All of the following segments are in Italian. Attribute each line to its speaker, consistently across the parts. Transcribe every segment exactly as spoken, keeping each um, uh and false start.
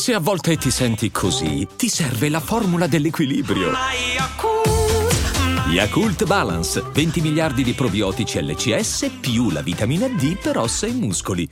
Speaker 1: Se a volte ti senti così, ti serve la formula dell'equilibrio. Yakult Balance, venti miliardi di probiotici L C S più la vitamina D per ossa e muscoli.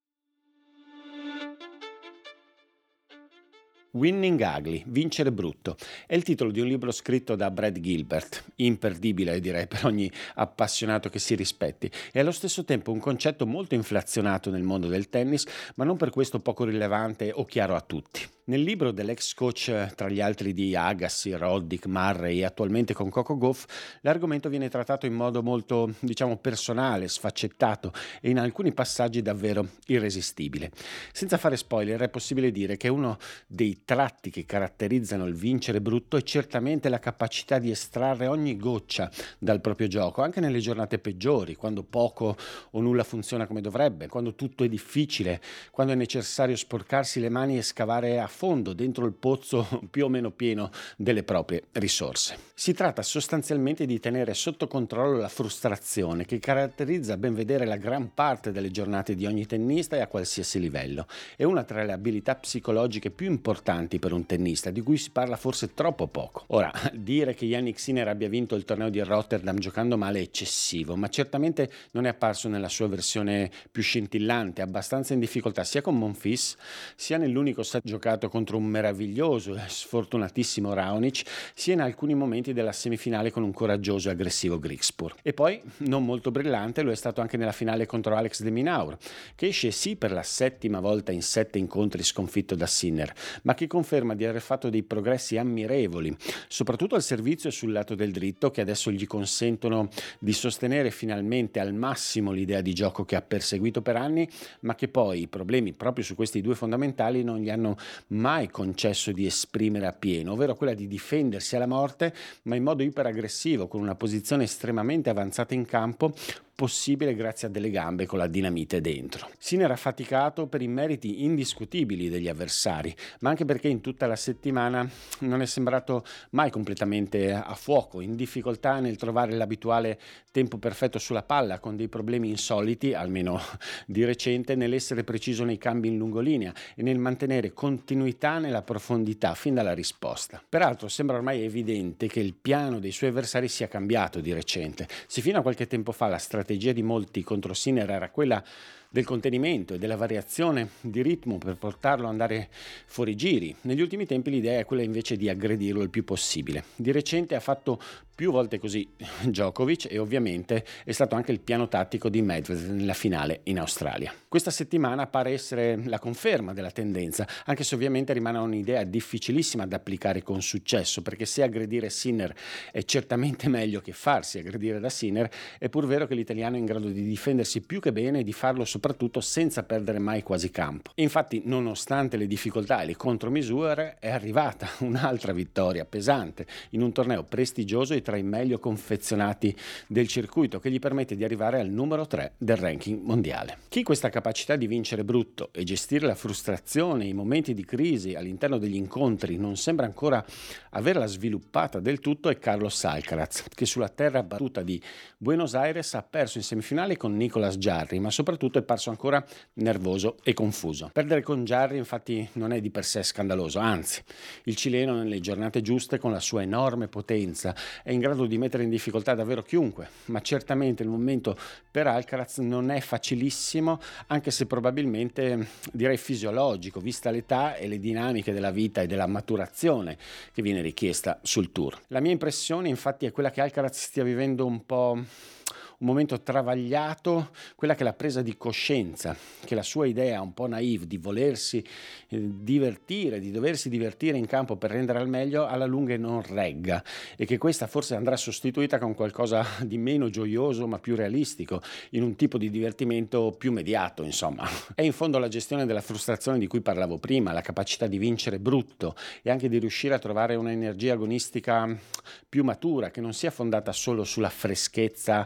Speaker 2: Winning Ugly, vincere brutto, è il titolo di un libro scritto da Brad Gilbert, imperdibile direi per ogni appassionato che si rispetti, e allo stesso tempo un concetto molto inflazionato nel mondo del tennis, ma non per questo poco rilevante o chiaro a tutti. Nel libro dell'ex coach, tra gli altri di Agassi, Roddick, Murray e attualmente con Coco Gauff, l'argomento viene trattato in modo molto, diciamo, personale, sfaccettato e in alcuni passaggi davvero irresistibile. Senza fare spoiler, è possibile dire che uno dei tratti che caratterizzano il vincere brutto è certamente la capacità di estrarre ogni goccia dal proprio gioco, anche nelle giornate peggiori, quando poco o nulla funziona come dovrebbe, quando tutto è difficile, quando è necessario sporcarsi le mani e scavare a fondo dentro il pozzo più o meno pieno delle proprie risorse. Si tratta sostanzialmente di tenere sotto controllo la frustrazione che caratterizza a ben vedere la gran parte delle giornate di ogni tennista e a qualsiasi livello. È una tra le abilità psicologiche più importanti per un tennista, di cui si parla forse troppo poco. Ora, dire che Jannik Sinner abbia vinto il torneo di Rotterdam giocando male è eccessivo, ma certamente non è apparso nella sua versione più scintillante, abbastanza in difficoltà sia con Monfils, sia nell'unico set giocato contro un meraviglioso e sfortunatissimo Raonic, sia in alcuni momenti della semifinale con un coraggioso e aggressivo Griekspoor. E poi, non molto brillante, lo è stato anche nella finale contro Alex de Minaur, che esce sì per la settima volta in sette incontri sconfitto da Sinner, ma che conferma di aver fatto dei progressi ammirevoli, soprattutto al servizio e sul lato del dritto, che adesso gli consentono di sostenere finalmente al massimo l'idea di gioco che ha perseguito per anni, ma che poi i problemi proprio su questi due fondamentali non gli hanno mai concesso di esprimere appieno, ovvero quella di difendersi alla morte, ma in modo iperaggressivo, con una posizione estremamente avanzata in campo, possibile grazie a delle gambe con la dinamite dentro. Sinner ha faticato per i meriti indiscutibili degli avversari, ma anche perché in tutta la settimana non è sembrato mai completamente a fuoco, in difficoltà nel trovare l'abituale tempo perfetto sulla palla, con dei problemi insoliti, almeno di recente, nell'essere preciso nei cambi in lungolinea e nel mantenere continuità nella profondità fin dalla risposta. Peraltro sembra ormai evidente che il piano dei suoi avversari sia cambiato di recente. Se fino a qualche tempo fa la strategia La strategia di molti contro Sinner era quella del contenimento e della variazione di ritmo per portarlo ad andare fuori giri, negli ultimi tempi l'idea è quella invece di aggredirlo il più possibile. Di recente ha fatto più volte così Djokovic e ovviamente è stato anche il piano tattico di Medvedev nella finale in Australia. Questa settimana pare essere la conferma della tendenza, anche se ovviamente rimane un'idea difficilissima da applicare con successo, perché se aggredire Sinner è certamente meglio che farsi aggredire da Sinner, è pur vero che l'italiano è in grado di difendersi più che bene e di farlo soprattutto senza perdere mai quasi campo. E infatti, nonostante le difficoltà e le contromisure, è arrivata un'altra vittoria pesante in un torneo prestigioso e tra i meglio confezionati del circuito, che gli permette di arrivare al numero tre del ranking mondiale. Chi questa capacità di vincere brutto e gestire la frustrazione, i momenti di crisi all'interno degli incontri non sembra ancora averla sviluppata del tutto è Carlos Alcaraz, che sulla terra battuta di Buenos Aires ha perso in semifinale con Nicolas Jarry, ma soprattutto è parso ancora nervoso e confuso. Perdere con Jarry infatti non è di per sé scandaloso, anzi, il cileno nelle giornate giuste con la sua enorme potenza è in grado di mettere in difficoltà davvero chiunque, ma certamente il momento per Alcaraz non è facilissimo, anche se probabilmente direi fisiologico, vista l'età e le dinamiche della vita e della maturazione che viene richiesta sul tour. La mia impressione infatti è quella che Alcaraz stia vivendo un po' un momento travagliato, quella che è la presa di coscienza, che la sua idea un po' naïve di volersi eh, divertire, di doversi divertire in campo per rendere al meglio, alla lunga non regga, e che questa forse andrà sostituita con qualcosa di meno gioioso ma più realistico, in un tipo di divertimento più mediato, insomma. È in fondo la gestione della frustrazione di cui parlavo prima, la capacità di vincere brutto e anche di riuscire a trovare un'energia agonistica più matura, che non sia fondata solo sulla freschezza un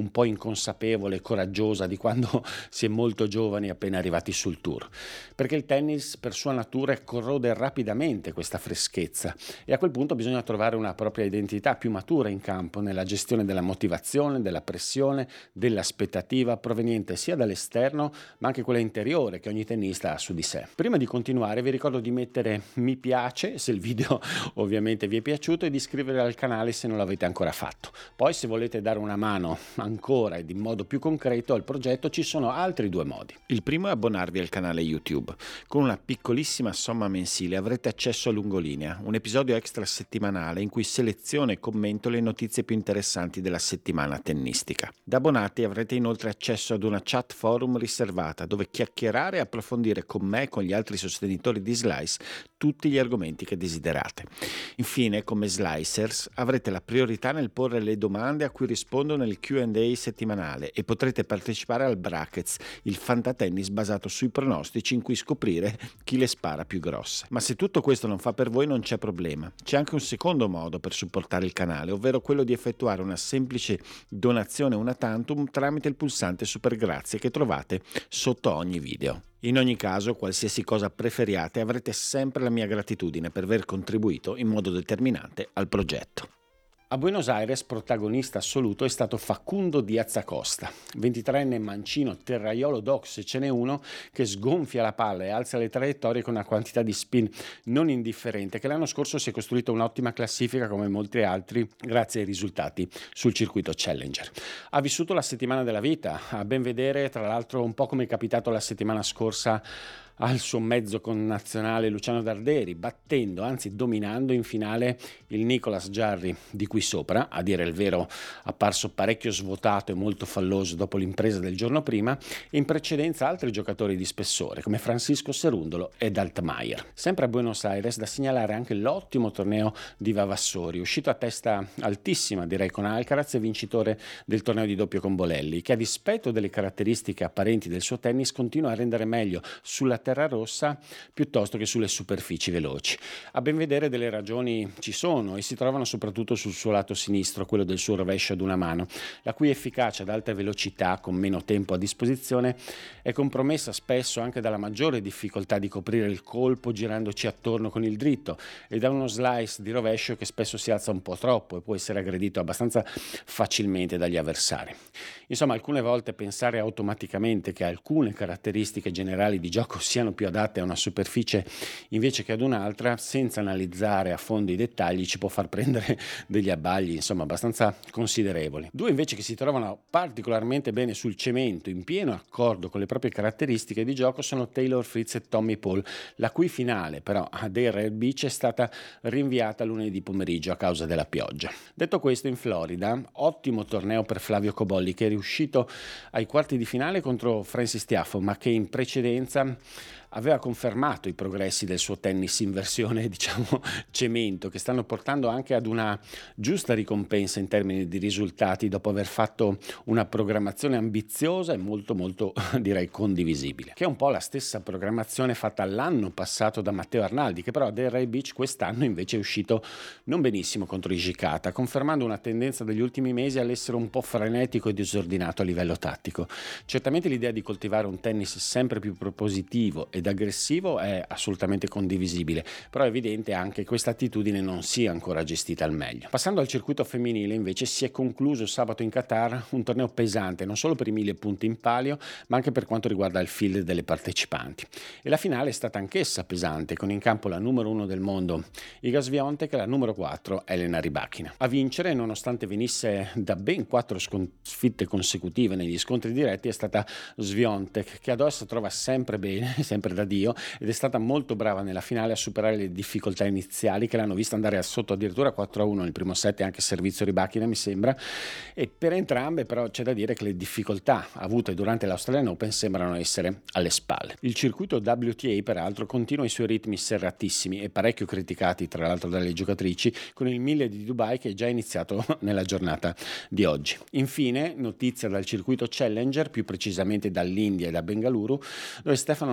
Speaker 2: un po' inconsapevole e coraggiosa di quando si è molto giovani appena arrivati sul tour, perché il tennis per sua natura corrode rapidamente questa freschezza e a quel punto bisogna trovare una propria identità più matura in campo nella gestione della motivazione, della pressione, dell'aspettativa proveniente sia dall'esterno ma anche quella interiore che ogni tennista ha su di sé. Prima di continuare vi ricordo di mettere mi piace se il video ovviamente vi è piaciuto e di iscrivervi al canale se non l'avete ancora fatto. Poi se volete dare una mano ancora ed in modo più concreto al progetto ci sono altri due modi.
Speaker 3: Il primo è abbonarvi al canale YouTube. Con una piccolissima somma mensile avrete accesso a Lungolinea, un episodio extra settimanale in cui seleziono e commento le notizie più interessanti della settimana tennistica. Da abbonati avrete inoltre accesso ad una chat forum riservata dove chiacchierare e approfondire con me e con gli altri sostenitori di Slice tutti gli argomenti che desiderate. Infine, come Slicers, avrete la priorità nel porre le domande a cui rispondo nel Q and A settimanale e potrete partecipare al Brackets, il fantatennis basato sui pronostici in cui scoprire chi le spara più grosse. Ma se tutto questo non fa per voi non c'è problema. C'è anche un secondo modo per supportare il canale, ovvero quello di effettuare una semplice donazione una tantum tramite il pulsante super grazie che trovate sotto ogni video. In ogni caso, qualsiasi cosa preferiate, avrete sempre la mia gratitudine per aver contribuito in modo determinante al progetto.
Speaker 2: A Buenos Aires protagonista assoluto è stato Facundo Diaz Acosta, ventitreenne mancino terraiolo doc se ce n'è uno che sgonfia la palla e alza le traiettorie con una quantità di spin non indifferente che l'anno scorso si è costruito un'ottima classifica come molti altri grazie ai risultati sul circuito Challenger. Ha vissuto la settimana della vita, a ben vedere tra l'altro un po' come è capitato la settimana scorsa al suo mezzo connazionale Luciano Darderi, battendo, anzi dominando in finale il Nicolas Jarry di qui sopra, a dire il vero apparso parecchio svuotato e molto falloso dopo l'impresa del giorno prima, e in precedenza altri giocatori di spessore come Francisco Cerundolo ed Altmaier. Sempre a Buenos Aires da segnalare anche l'ottimo torneo di Vavassori, uscito a testa altissima direi con Alcaraz e vincitore del torneo di doppio con Bolelli, che a dispetto delle caratteristiche apparenti del suo tennis continua a rendere meglio sulla terra rossa piuttosto che sulle superfici veloci. A ben vedere delle ragioni ci sono e si trovano soprattutto sul suo lato sinistro, quello del suo rovescio ad una mano, la cui efficacia ad alta velocità con meno tempo a disposizione è compromessa spesso anche dalla maggiore difficoltà di coprire il colpo girandoci attorno con il dritto e da uno slice di rovescio che spesso si alza un po' troppo e può essere aggredito abbastanza facilmente dagli avversari. Insomma, alcune volte pensare automaticamente che alcune caratteristiche generali di gioco siano più adatte a una superficie invece che ad un'altra, senza analizzare a fondo i dettagli, ci può far prendere degli abbagli insomma abbastanza considerevoli. Due invece che si trovano particolarmente bene sul cemento, in pieno accordo con le proprie caratteristiche di gioco, sono Taylor Fritz e Tommy Paul, la cui finale però a Delray Beach è stata rinviata lunedì pomeriggio a causa della pioggia. Detto questo, in Florida ottimo torneo per Flavio Cobolli, che è riuscito ai quarti di finale contro Francis Tiafoe, ma che in precedenza aveva confermato i progressi del suo tennis in versione diciamo cemento, che stanno portando anche ad una giusta ricompensa in termini di risultati dopo aver fatto una programmazione ambiziosa e molto molto direi condivisibile, che è un po' la stessa programmazione fatta l'anno passato da Matteo Arnaldi, che però a Delray Beach quest'anno invece è uscito non benissimo contro Hijikata, confermando una tendenza degli ultimi mesi all'essere un po' frenetico e disordinato a livello tattico. Certamente l'idea di coltivare un tennis sempre più propositivo ed aggressivo è assolutamente condivisibile, però è evidente anche che questa attitudine non sia ancora gestita al meglio. Passando al circuito femminile invece si è concluso sabato in Qatar un torneo pesante non solo per i mille punti in palio ma anche per quanto riguarda il field delle partecipanti, e la finale è stata anch'essa pesante con in campo la numero uno del mondo Iga Swiatek e la numero quattro Elena Rybakina. A vincere, nonostante venisse da ben quattro sconfitte consecutive negli scontri diretti, è stata Swiatek, che adesso trova sempre bene, sempre da Dio, ed è stata molto brava nella finale a superare le difficoltà iniziali che l'hanno vista andare a sotto addirittura quattro a uno nel primo set e anche servizio Rybakina mi sembra, e per entrambe però c'è da dire che le difficoltà avute durante l'Australian Open sembrano essere alle spalle. Il circuito W T A peraltro continua i suoi ritmi serratissimi e parecchio criticati tra l'altro dalle giocatrici, con il mille di Dubai che è già iniziato nella giornata di oggi. Infine notizia dal circuito Challenger, più precisamente dall'India e da Bengaluru, dove Stefano Napolitano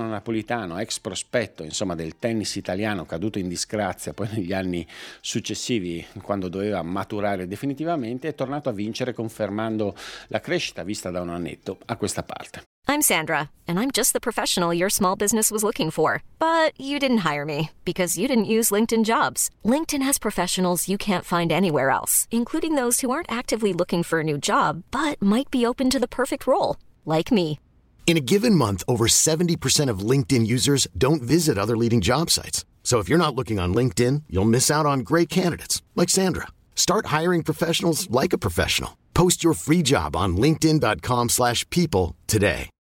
Speaker 2: napoletano, ex prospetto insomma del tennis italiano, caduto in disgrazia poi negli anni successivi quando doveva maturare definitivamente, è tornato a vincere confermando la crescita vista da un annetto a questa parte.
Speaker 4: I'm Sandra, and I'm just the professional your small business was looking for. But you didn't hire me because you didn't use LinkedIn Jobs. LinkedIn has professionals you can't find anywhere else, including those who aren't actively looking for a new job, but might be open to the perfect role, like me.
Speaker 5: In a given month, over seventy percent of LinkedIn users don't visit other leading job sites. So if you're not looking on LinkedIn, you'll miss out on great candidates like Sandra. Start hiring professionals like a professional. Post your free job on linkedin dot com slash people today.